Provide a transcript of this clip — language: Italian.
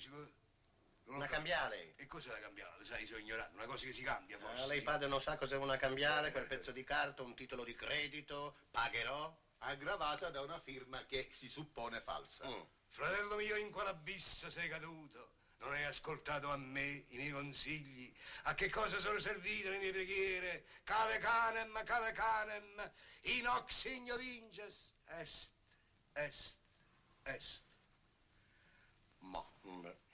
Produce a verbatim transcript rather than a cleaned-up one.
musico? Non Una ho cambiale. E cos'è la cambiale? Sai, sono ignorante, una cosa che si cambia forse. Ah, lei sì. padre non sa cos'è una cambiale, quel pezzo di carta, un titolo di credito, pagherò. Aggravata da una firma che si suppone falsa. Mm. Fratello mio, in quale abisso sei caduto? Non hai ascoltato a me, i miei consigli? A che cosa sono servite le mie preghiere? Cave canem, cave canem, in hoc signo vinces, est, est, est. Ma, beh.